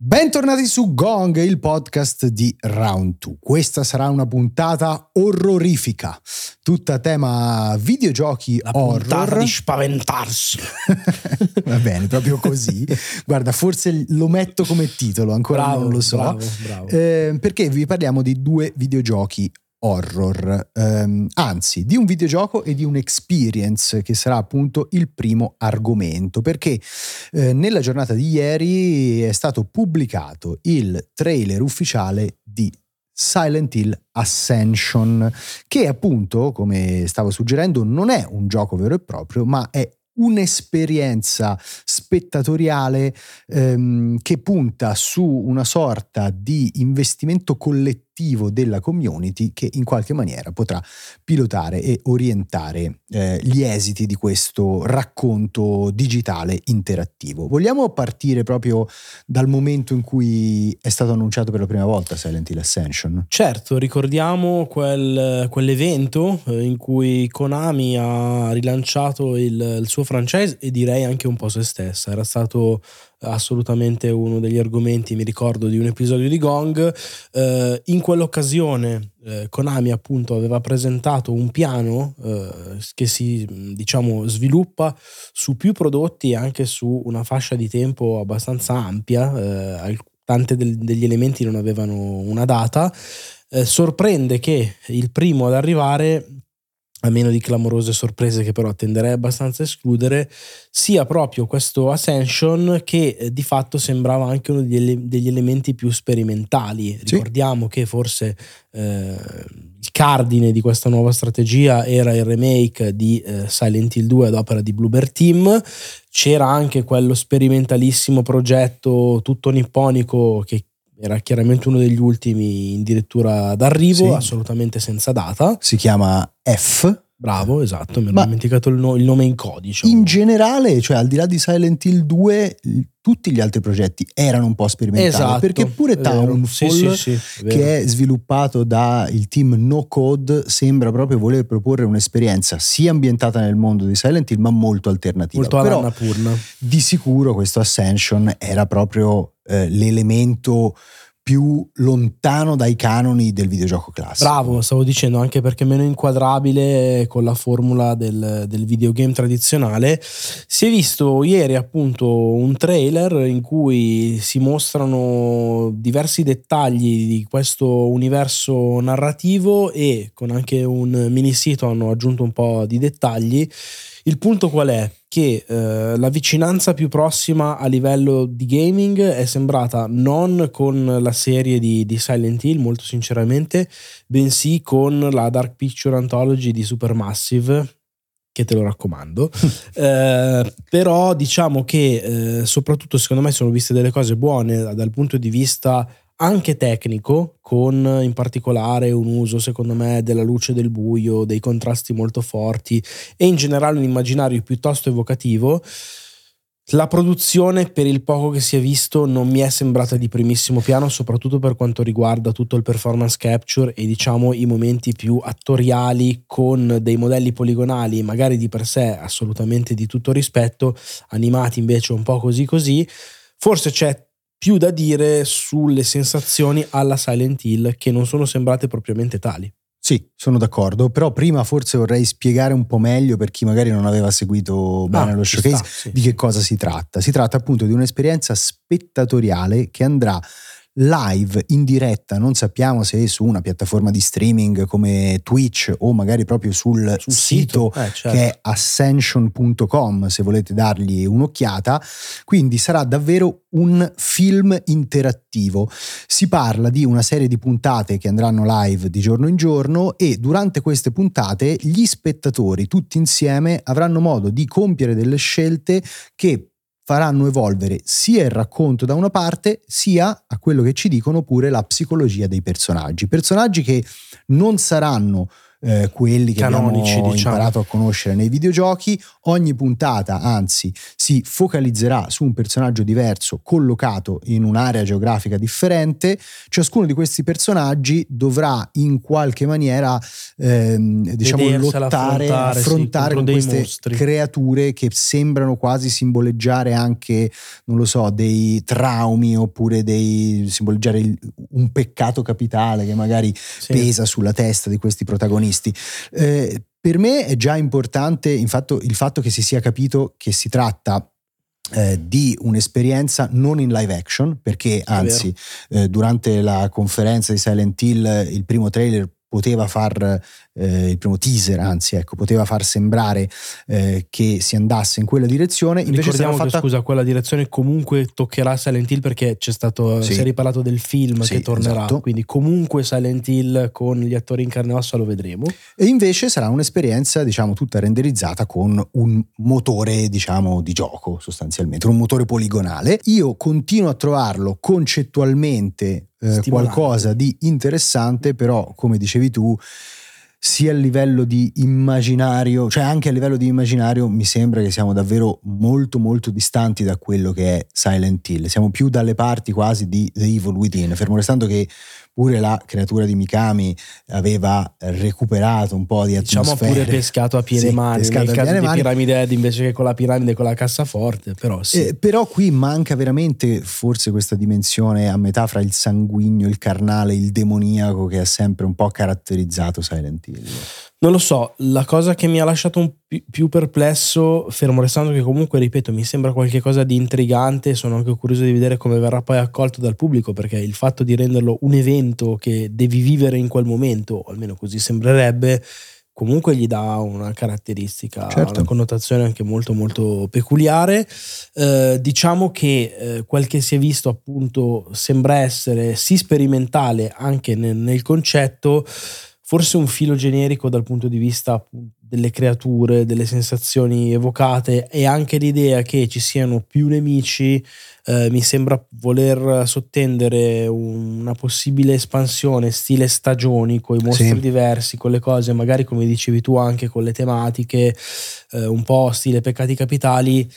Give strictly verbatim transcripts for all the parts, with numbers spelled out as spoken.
Bentornati su Gong, il podcast di Round due. Questa sarà una puntata orrorifica, tutta tema videogiochi La horror. puntata di spaventarsi. Va bene, proprio così. Guarda, forse lo metto come titolo, ancora bravo, non lo so. Bravo, bravo. Eh, perché vi parliamo di due videogiochi horror, ehm, anzi di un videogioco e di un experience che sarà appunto il primo argomento, perché eh, nella giornata di ieri è stato pubblicato il trailer ufficiale di Silent Hill Ascension, che appunto, come stavo suggerendo, non è un gioco vero e proprio, ma è un'esperienza spettatoriale ehm, che punta su una sorta di investimento collettivo della community che in qualche maniera potrà pilotare e orientare eh, gli esiti di questo racconto digitale interattivo. Vogliamo partire proprio dal momento in cui è stato annunciato per la prima volta Silent Hill Ascension? Certo, ricordiamo quel, quell'evento in cui Konami ha rilanciato il, il suo franchise e direi anche un po' se stessa. Era stato assolutamente uno degli argomenti, mi ricordo, di un episodio di Gong. Eh, in quell'occasione eh, Konami appunto aveva presentato un piano eh, che si diciamo sviluppa su più prodotti e anche su una fascia di tempo abbastanza ampia. Eh, tante del, degli elementi non avevano una data. Eh, sorprende che il primo ad arrivare, a meno di clamorose sorprese che però tenderei abbastanza a escludere, sia proprio questo Ascension che eh, di fatto sembrava anche uno degli, ele- degli elementi più sperimentali. Sì. Ricordiamo che forse eh, il cardine di questa nuova strategia era il remake di eh, Silent Hill due ad opera di Bloober Team. C'era anche quello sperimentalissimo progetto tutto nipponico che era chiaramente uno degli ultimi in dirittura d'arrivo, Sì. Assolutamente senza data. Si chiama F. Bravo, esatto, mi ero Ma dimenticato il, no- il nome in codice. in generale, cioè al di là di Silent Hill due, tutti gli altri progetti erano un po' sperimentali, Esatto, perché pure è vero. Townfall, Sì, sì, sì, è vero. che è sviluppato dal team No Code, sembra proprio voler proporre un'esperienza sia ambientata nel mondo di Silent Hill ma molto alternativa. Molto Però all'Annapurna. di sicuro questo Ascension era proprio eh, l'elemento più lontano dai canoni del videogioco classico. Bravo, stavo dicendo, anche perché meno inquadrabile con la formula del, del videogame tradizionale. Si è visto ieri appunto un trailer in cui si mostrano diversi dettagli di questo universo narrativo e con anche un mini sito hanno aggiunto un po' di dettagli. Il punto qual è? Che eh, la vicinanza più prossima a livello di gaming è sembrata non con la serie di, di Silent Hill, molto sinceramente, bensì con la Dark Picture Anthology di Supermassive, che te lo raccomando. eh, però diciamo che eh, soprattutto secondo me sono viste delle cose buone dal punto di vista anche tecnico, con in particolare un uso secondo me della luce e del buio, dei contrasti molto forti e in generale un immaginario piuttosto evocativo. La produzione, per il poco che si è visto, non mi è sembrata di primissimo piano, soprattutto per quanto riguarda tutto il performance capture e diciamo i momenti più attoriali con dei modelli poligonali, magari di per sé assolutamente di tutto rispetto, animati invece un po' così così. Forse c'è più da dire sulle sensazioni alla Silent Hill, che non sono sembrate propriamente tali. Sì, sono d'accordo, però prima forse vorrei spiegare un po' meglio per chi magari non aveva seguito bene Ah, lo ci showcase sta, sì. di che cosa si tratta. Si tratta appunto di un'esperienza spettatoriale che andrà live in diretta, non sappiamo se su una piattaforma di streaming come Twitch o magari proprio sul, Sul sito, sito, eh, certo. che è ascension punto com, se volete dargli un'occhiata. Quindi sarà davvero un film interattivo. Si parla di una serie di puntate che andranno live di giorno in giorno e durante queste puntate gli spettatori tutti insieme avranno modo di compiere delle scelte che faranno evolvere sia il racconto da una parte, sia, a quello che ci dicono, pure la psicologia dei personaggi. Personaggi che non saranno eh, quelli che canonici, abbiamo diciamo. imparato a conoscere nei videogiochi. Ogni puntata, anzi, si focalizzerà su un personaggio diverso collocato in un'area geografica differente. Ciascuno di questi personaggi dovrà in qualche maniera ehm, diciamo Vedersela lottare, affrontare, affrontare sì, con dei queste mostri. creature che sembrano quasi simboleggiare anche, non lo so, dei traumi, oppure dei simboleggiare il, un peccato capitale che magari Sì. pesa sulla testa di questi protagonisti. Eh, per me è già importante infatti il fatto che si sia capito che si tratta Eh, di un'esperienza non in live action, perché anzi eh, durante la conferenza di Silent Hill il primo trailer poteva far eh, il primo teaser anzi ecco poteva far sembrare eh, che si andasse in quella direzione. Invece ricordiamo sarà fatta... che scusa quella direzione comunque toccherà Silent Hill, perché c'è stato Sì. si è riparlato del film Sì, che tornerà, esatto. quindi comunque Silent Hill con gli attori in carne e ossa lo vedremo, e invece sarà un'esperienza diciamo tutta renderizzata con un motore diciamo di gioco, sostanzialmente un motore poligonale. Io continuo a trovarlo concettualmente Eh, qualcosa di interessante, però come dicevi tu sia a livello di immaginario, cioè anche a livello di immaginario mi sembra che siamo davvero molto molto distanti da quello che è Silent Hill, siamo più dalle parti quasi di The Evil Within, fermo restando che pure la creatura di Mikami aveva recuperato un po' di diciamo atmosfere. pure pescato a piene sì, mani pescato nel a caso piene di mani. Pyramid Head invece che con la piramide con la cassaforte, però sì. Eh, però qui manca veramente forse questa dimensione a metà fra il sanguigno, il carnale, il demoniaco che ha sempre un po' caratterizzato Silent Hill. Non lo so, la cosa che mi ha lasciato un pi- più perplesso, fermo restando che comunque, ripeto, mi sembra qualcosa di intrigante, sono anche curioso di vedere come verrà poi accolto dal pubblico, perché il fatto di renderlo un evento che devi vivere in quel momento, o almeno così sembrerebbe, comunque gli dà una caratteristica, certo. una connotazione anche molto molto peculiare. Eh, diciamo che eh, quel che si è visto appunto sembra essere sì sperimentale anche nel, nel concetto, forse un filo generico dal punto di vista delle creature, delle sensazioni evocate, e anche l'idea che ci siano più nemici eh, mi sembra voler sottendere una possibile espansione stile stagioni, con i mostri sì. diversi, con le cose magari come dicevi tu anche con le tematiche eh, un po' stile peccati capitali,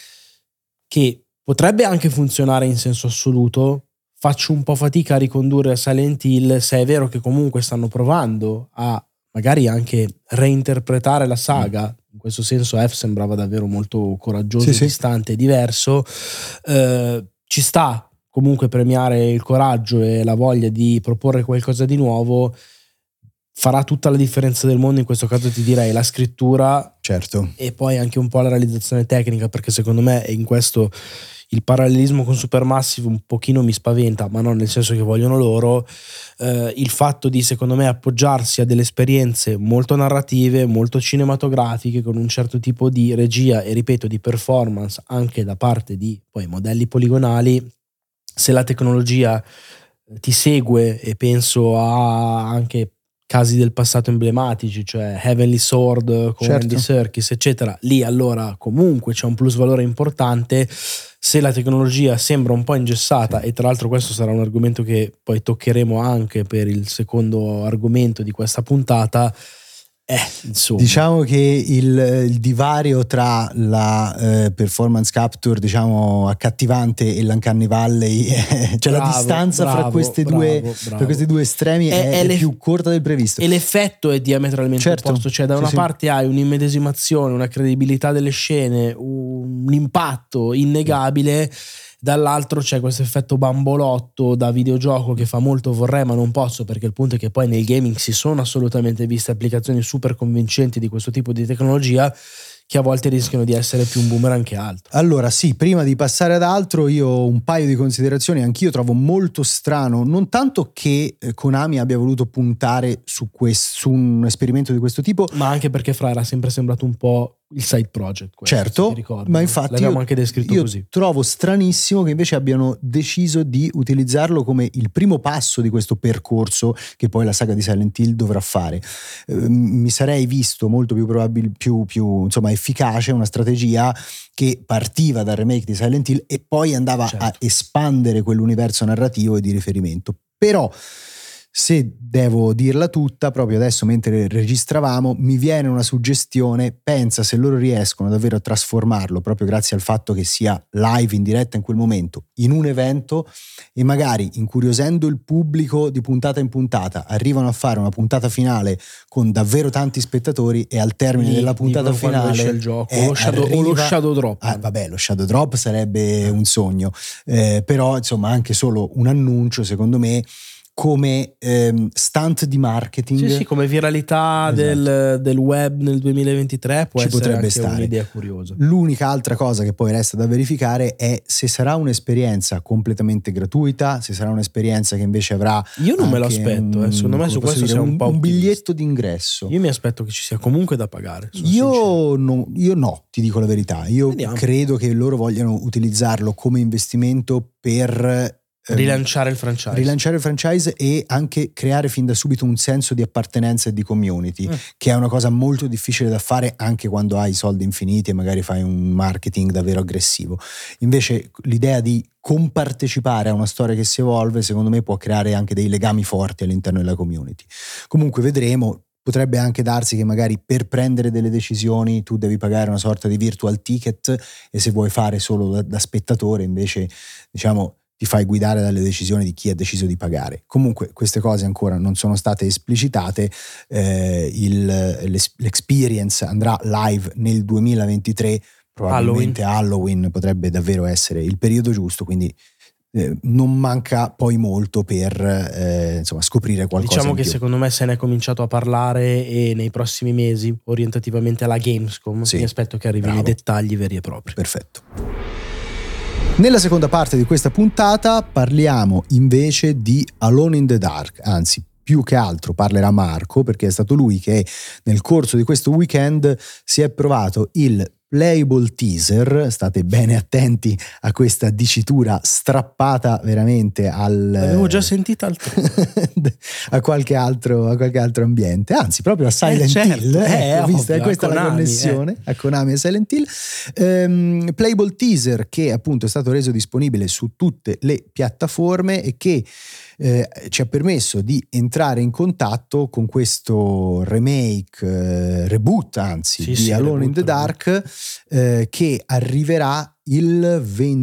che potrebbe anche funzionare in senso assoluto. Faccio un po' fatica a ricondurre a Silent Hill, se è vero che comunque stanno provando a magari anche reinterpretare la saga. In questo senso F sembrava davvero molto coraggioso, sì, distante sì. e diverso. Eh, ci sta comunque premiare il coraggio e la voglia di proporre qualcosa di nuovo. Farà tutta la differenza del mondo, in questo caso ti direi la scrittura, certo, e poi anche un po' la realizzazione tecnica, perché secondo me in questo il parallelismo con Supermassive un pochino mi spaventa, ma non nel senso che vogliono loro. Eh, il fatto di, secondo me, appoggiarsi a delle esperienze molto narrative, molto cinematografiche, con un certo tipo di regia e, ripeto, di performance anche da parte di poi modelli poligonali. Se la tecnologia ti segue, e penso a anche casi del passato emblematici, cioè Heavenly Sword con certo. Andy Serkis eccetera, lì allora comunque c'è un plus valore importante. Se la tecnologia sembra un po' ingessata, sì. E tra l'altro questo sarà un argomento che poi toccheremo anche per il secondo argomento di questa puntata, eh, insomma. Diciamo che il, il divario tra la eh, performance capture diciamo accattivante e l'Uncanny Valley, eh, cioè bravo, la distanza bravo, fra, queste bravo, due, bravo. fra questi due estremi è, è, è le, più corta del previsto. E l'effetto è diametralmente certo, opposto, cioè da sì, una sì. parte hai un'immedesimazione, una credibilità delle scene, un impatto innegabile, dall'altro c'è questo effetto bambolotto da videogioco che fa molto vorrei ma non posso, perché il punto è che poi nel gaming si sono assolutamente viste applicazioni super convincenti di questo tipo di tecnologia, che a volte rischiano di essere più un boomerang che altro. Allora sì, prima di passare ad altro io ho un paio di considerazioni. Anch'io trovo molto strano, non tanto che Konami abbia voluto puntare su, questo, su un esperimento di questo tipo, ma anche perché fra era sempre sembrato un po' il side project questo, certo, ricordi, ma infatti l'abbiamo io, anche descritto io così. Trovo stranissimo che invece abbiano deciso di utilizzarlo come il primo passo di questo percorso che poi la saga di Silent Hill dovrà fare. Eh, mi sarei visto molto più probabile, più, più insomma efficace una strategia che partiva dal remake di Silent Hill e poi andava certo. a espandere quell'universo narrativo e di riferimento. Però se devo dirla tutta, proprio adesso mentre registravamo mi viene una suggestione: pensa se loro riescono davvero a trasformarlo, proprio grazie al fatto che sia live in diretta in quel momento, in un evento, e magari incuriosendo il pubblico di puntata in puntata arrivano a fare una puntata finale con davvero tanti spettatori, e al termine Lì, della puntata finale il gioco, eh, o, lo shadow, arriva, o lo shadow drop. Ah, vabbè, lo shadow drop sarebbe un sogno, eh, però insomma anche solo un annuncio, secondo me, come ehm, stunt di marketing, sì, sì, come viralità esatto. del, del web nel duemilaventitré può ci essere potrebbe anche stare. Un'idea curiosa. L'unica altra cosa che poi resta da verificare è se sarà un'esperienza completamente gratuita, se sarà un'esperienza che invece avrà io non me lo anche aspetto, un, eh. secondo me su questo dire, sia un, un, po' un biglietto ottimista. d'ingresso. Io mi aspetto che ci sia comunque da pagare. Io no, io no, ti dico la verità. Io Vediamo. credo che loro vogliano utilizzarlo come investimento per rilanciare il franchise rilanciare il franchise e anche creare fin da subito un senso di appartenenza e di community, mm. che è una cosa molto difficile da fare anche quando hai soldi infiniti e magari fai un marketing davvero aggressivo. Invece l'idea di compartecipare a una storia che si evolve, secondo me, può creare anche dei legami forti all'interno della community. Comunque vedremo. Potrebbe anche darsi che magari per prendere delle decisioni tu devi pagare una sorta di virtual ticket, e se vuoi fare solo da, da spettatore invece, diciamo, ti fai guidare dalle decisioni di chi ha deciso di pagare. Comunque queste cose ancora non sono state esplicitate. eh, il, l'experience andrà live nel duemilaventitré, probabilmente Halloween. Halloween potrebbe davvero essere il periodo giusto, quindi Eh, non manca poi molto per eh, insomma scoprire qualcosa. Diciamo in che più. Secondo me se ne è cominciato a parlare, e nei prossimi mesi, orientativamente alla Gamescom, sì, mi aspetto che arrivino bravo. I dettagli veri e propri. Perfetto. Nella seconda parte di questa puntata parliamo invece di Alone in the Dark, anzi più che altro parlerà Marco, perché è stato lui che nel corso di questo weekend si è provato il playable teaser. State bene attenti a questa dicitura strappata veramente al avevo già sentito altro a qualche altro a qualche altro ambiente, anzi proprio a Silent eh certo, Hill, eh, ecco, ovvio, vista, è questa la connessione eh. a Konami e Silent Hill. um, playable teaser che appunto è stato reso disponibile su tutte le piattaforme e che Eh, ci ha permesso di entrare in contatto con questo remake, eh, reboot anzi, sì, di sì, Alone in the Dark, eh, che arriverà il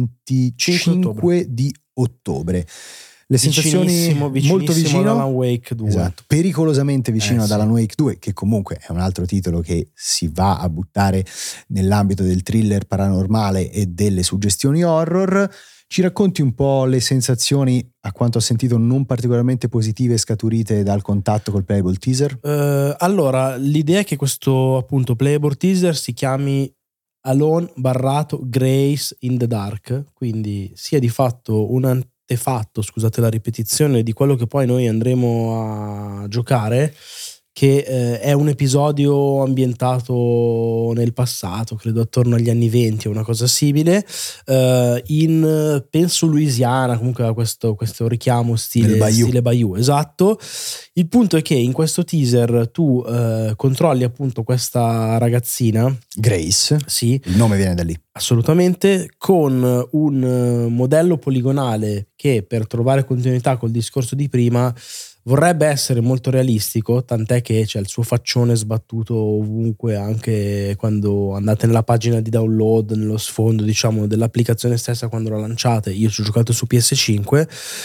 venticinque di ottobre. Le sensazioni vicinissimo, vicinissimo molto vicino ad Alan Wake due. Esatto, pericolosamente vicino eh, ad sì. Alan Wake due, che comunque è un altro titolo che si va a buttare nell'ambito del thriller paranormale e delle suggestioni horror. Ci racconti un po' le sensazioni, a quanto ho sentito, non particolarmente positive scaturite dal contatto col playable teaser? Uh, allora, l'idea è che questo appunto playable teaser si chiami Alone barrato Grace in the Dark, quindi sia di fatto un antefatto, scusate la ripetizione, di quello che poi noi andremo a giocare, che eh, è un episodio ambientato nel passato, credo attorno agli anni venti o una cosa simile, eh, in penso Louisiana, comunque ha questo, questo richiamo stile Bayou. stile Bayou, esatto. Il punto è che in questo teaser tu eh, controlli appunto questa ragazzina Grace, sì, il nome viene da lì. Assolutamente, con un modello poligonale che, per trovare continuità col discorso di prima, vorrebbe essere molto realistico, tant'è che c'è il suo faccione sbattuto ovunque, anche quando andate nella pagina di download, nello sfondo diciamo dell'applicazione stessa quando la lanciate. Io ci ho giocato su P S cinque.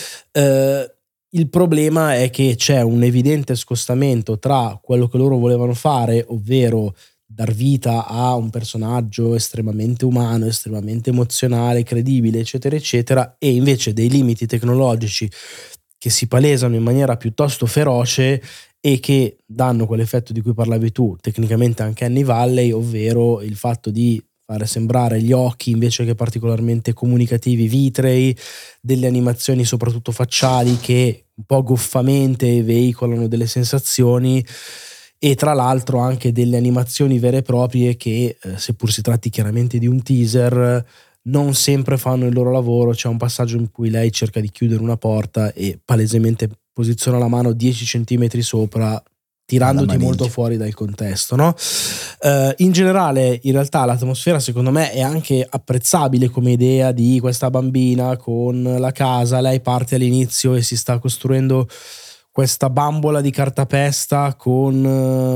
Eh, il problema è che c'è un evidente scostamento tra quello che loro volevano fare, ovvero dar vita a un personaggio estremamente umano, estremamente emozionale, credibile, eccetera eccetera, e invece dei limiti tecnologici che si palesano in maniera piuttosto feroce e che danno quell'effetto di cui parlavi tu, tecnicamente anche Annie Valley, ovvero il fatto di fare sembrare gli occhi, invece che particolarmente comunicativi, vitrei, delle animazioni soprattutto facciali che un po' goffamente veicolano delle sensazioni, e tra l'altro anche delle animazioni vere e proprie che, eh, seppur si tratti chiaramente di un teaser, non sempre fanno il loro lavoro. C'è un passaggio in cui lei cerca di chiudere una porta e palesemente posiziona la mano dieci centimetri sopra, tirandoti molto fuori dal contesto, no? Uh, in generale, in realtà, l'atmosfera secondo me è anche apprezzabile come idea di questa bambina con la casa. Lei parte all'inizio e si sta costruendo questa bambola di cartapesta con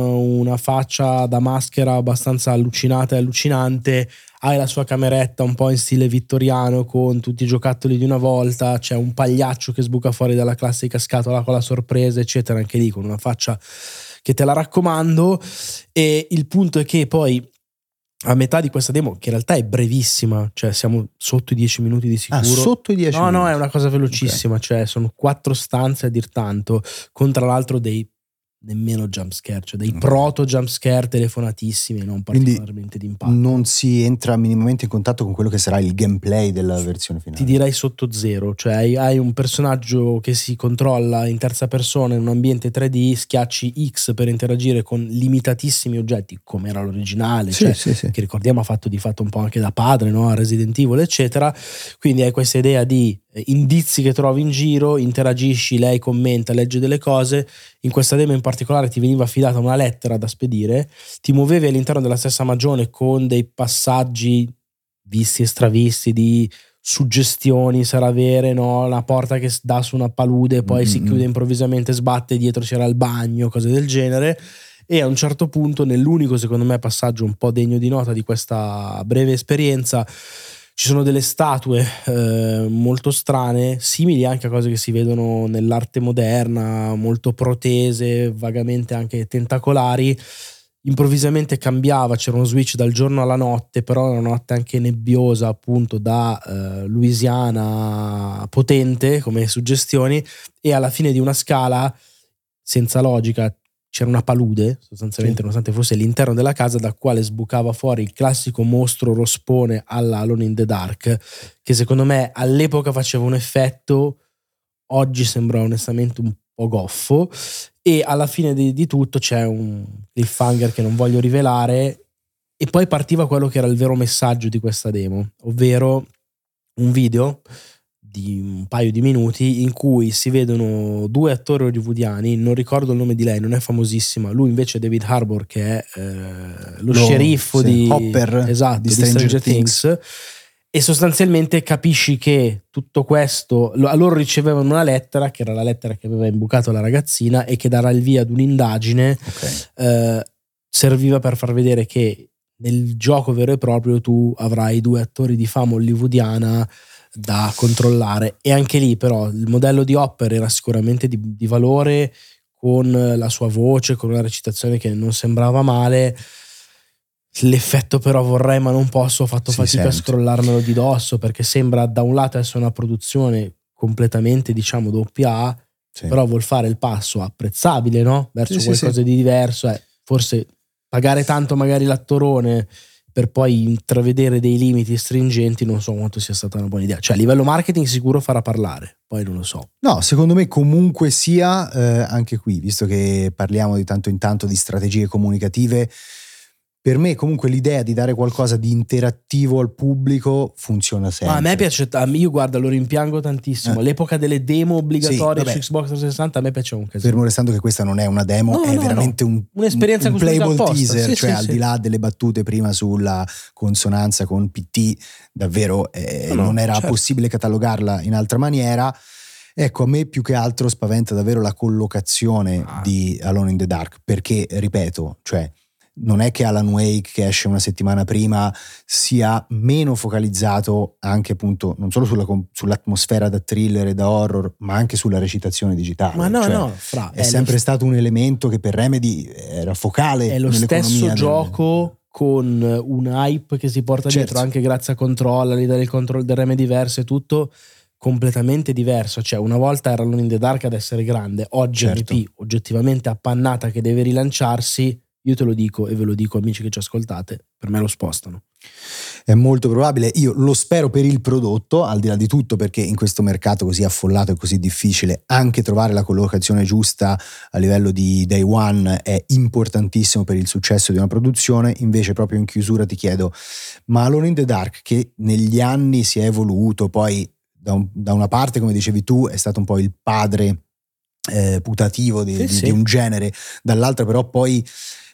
una faccia da maschera abbastanza allucinata e allucinante, hai la sua cameretta un po' in stile vittoriano con tutti i giocattoli di una volta, c'è un pagliaccio che sbuca fuori dalla classica scatola con la sorpresa eccetera, anche lì con una faccia che te la raccomando. E il punto è che poi a metà di questa demo, che in realtà è brevissima, cioè siamo sotto i dieci minuti di sicuro. Ah, sotto i dieci no, minuti? No, no, è una cosa velocissima, okay. Cioè sono quattro stanze a dir tanto, con tra l'altro dei nemmeno jump scare, cioè dei okay. proto jump scare telefonatissimi, non particolarmente d'impatto. Non si entra minimamente in contatto con quello che sarà il gameplay della versione finale. Ti direi sotto zero, cioè hai, hai un personaggio che si controlla in terza persona in un ambiente tre D, schiacci X per interagire con limitatissimi oggetti, come era l'originale, sì, cioè, sì, sì. che ricordiamo ha fatto di fatto un po' anche da padre, no? A Resident Evil eccetera, quindi hai questa idea di indizi che trovi in giro, interagisci, lei commenta, legge delle cose. In questa demo in particolare ti veniva affidata una lettera da spedire, ti muovevi all'interno della stessa magione con dei passaggi visti e stravisti di suggestioni, sarà vere, no? Una porta che dà su una palude, poi mm-hmm. si chiude improvvisamente, sbatte, dietro c'era il bagno, cose del genere. E a un certo punto, nell'unico secondo me passaggio un po' degno di nota di questa breve esperienza, ci sono delle statue eh, molto strane, simili anche a cose che si vedono nell'arte moderna, molto protese, vagamente anche tentacolari. Improvvisamente cambiava, c'era uno switch dal giorno alla notte, però era una notte anche nebbiosa, appunto da eh, Louisiana potente come suggestioni, e alla fine di una scala senza logica c'era una palude, sostanzialmente, sì. Nonostante fosse l'interno della casa, da quale sbucava fuori il classico mostro rospone alla Alone in the Dark, che secondo me all'epoca faceva un effetto, oggi sembra onestamente un po' goffo. E alla fine di, di tutto c'è un cliffhanger che non voglio rivelare, e poi partiva quello che era il vero messaggio di questa demo, ovvero un video di un paio di minuti in cui si vedono due attori hollywoodiani, non ricordo il nome di lei, non è famosissima, lui invece è David Harbour, che è eh, lo, lo sceriffo sì, di Hopper, esatto, di di Stranger, Stranger Things. Things, e sostanzialmente capisci che tutto questo, loro ricevevano una lettera, che era la lettera che aveva imbucato la ragazzina e che darà il via ad un'indagine, okay. eh, serviva per far vedere che nel gioco vero e proprio tu avrai due attori di fama hollywoodiana da controllare. E anche lì però il modello di Hopper era sicuramente di, di valore, con la sua voce, con una recitazione che non sembrava male. L'effetto però vorrei ma non posso, ho fatto si fatica sente. a scrollarmelo di dosso, perché sembra da un lato essere una produzione completamente diciamo doppia A, sì. però vuol fare il passo apprezzabile, no? Verso sì, qualcosa sì, sì. di diverso, eh, forse pagare tanto magari l'attorone per poi intravedere dei limiti stringenti, non so quanto sia stata una buona idea. Cioè a livello marketing sicuro farà parlare, poi non lo so. No, secondo me comunque sia, eh, anche qui, visto che parliamo di tanto in tanto di strategie comunicative, per me comunque l'idea di dare qualcosa di interattivo al pubblico funziona sempre. Ma a me piace, io guarda, lo rimpiango tantissimo. Eh. L'epoca delle demo obbligatorie sì, su Xbox trecentosessanta a me piaceva un casino. Fermo restando che questa non è una demo, no, è no, veramente no. un, un'esperienza un, un playable teaser, sì, cioè sì, al sì. di là delle battute prima sulla consonanza con P T, davvero eh, no, non era certo. possibile catalogarla in altra maniera. Ecco, a me più che altro spaventa davvero la collocazione ah. di Alone in the Dark, perché, ripeto, cioè non è che Alan Wake, che esce una settimana prima, sia meno focalizzato anche appunto non solo sulla, sull'atmosfera da thriller e da horror, ma anche sulla recitazione digitale. Ma no, cioè, no, fra, è, è sempre lo... stato un elemento che per Remedy era focale. È lo stesso gioco del... con un hype che si porta certo. dietro anche grazie a Control, l'idea del control del Remedyverse e tutto completamente diverso. Cioè una volta era Alone in the Dark ad essere grande, oggi certo. M P oggettivamente appannata che deve rilanciarsi. Io te lo dico e ve lo dico amici che ci ascoltate, per me lo spostano. È molto probabile, io lo spero per il prodotto, al di là di tutto, perché in questo mercato così affollato e così difficile anche trovare la collocazione giusta a livello di day one è importantissimo per il successo di una produzione. Invece proprio in chiusura ti chiedo, ma Alone in the Dark, che negli anni si è evoluto, poi da, un, da una parte come dicevi tu è stato un po' il padre eh, putativo di, sì, di, sì. di un genere, dall'altra però poi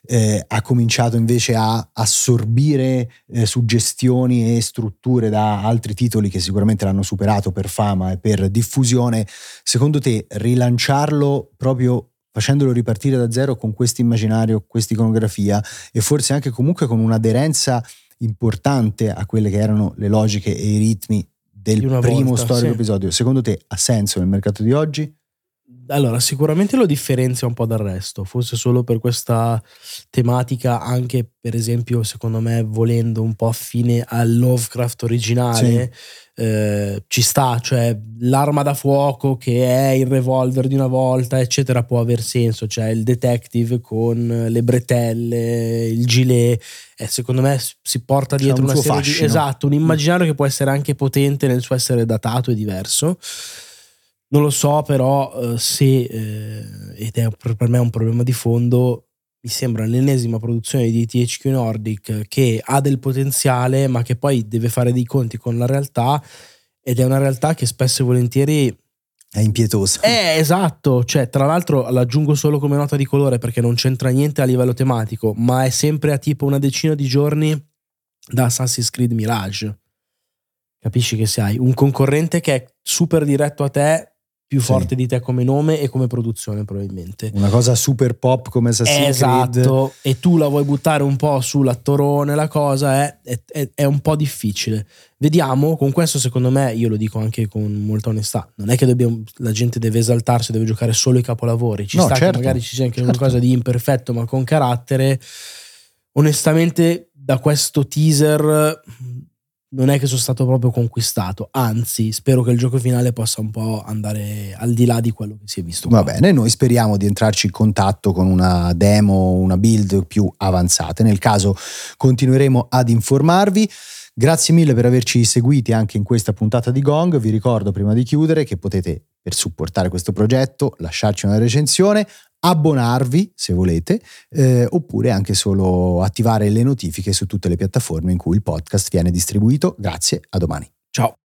eh, ha cominciato invece a assorbire eh, suggestioni e strutture da altri titoli che sicuramente l'hanno superato per fama e per diffusione. Secondo te rilanciarlo proprio facendolo ripartire da zero con questo immaginario, questa iconografia e forse anche comunque con un'aderenza importante a quelle che erano le logiche e i ritmi del primo volta, storico sì. episodio, secondo te ha senso nel mercato di oggi? Allora, sicuramente lo differenzia un po' dal resto, forse solo per questa tematica, anche per esempio, secondo me, volendo un po' affine al Lovecraft originale, sì. eh, ci sta, cioè l'arma da fuoco che è il revolver di una volta, eccetera, può aver senso, cioè il detective con le bretelle, il gilet, eh, secondo me si porta dietro una serie fascino. di... Esatto, un immaginario mm. che può essere anche potente nel suo essere datato e diverso. Non lo so, però eh, se, eh, ed è per me un problema di fondo, mi sembra l'ennesima produzione di T H Q Nordic che ha del potenziale ma che poi deve fare dei conti con la realtà, ed è una realtà che spesso e volentieri è impietosa. Eh, esatto, cioè tra l'altro l'aggiungo solo come nota di colore perché non c'entra niente a livello tematico, ma è sempre a tipo una decina di giorni da Assassin's Creed Mirage. Capisci che se hai un concorrente che è super diretto a te, più sì. forte di te come nome e come produzione probabilmente. Una cosa super pop come Assassin's esatto. Creed. Esatto, e tu la vuoi buttare un po' sull'attorone, la cosa è, è, è un po' difficile. Vediamo, con questo secondo me, io lo dico anche con molta onestà, non è che dobbiamo, la gente deve esaltarsi, deve giocare solo i capolavori, ci no, sta certo, che magari ci sia anche certo. qualcosa di imperfetto ma con carattere. Onestamente da questo teaser non è che sono stato proprio conquistato, anzi spero che il gioco finale possa un po' andare al di là di quello che si è visto va qua. Bene, noi speriamo di entrarci in contatto con una demo, una build più avanzata, nel caso continueremo ad informarvi. Grazie mille per averci seguiti anche in questa puntata di Gong. Vi ricordo prima di chiudere che potete, per supportare questo progetto, lasciarci una recensione, abbonarvi se volete, eh, oppure anche solo attivare le notifiche su tutte le piattaforme in cui il podcast viene distribuito. Grazie, a domani. Ciao.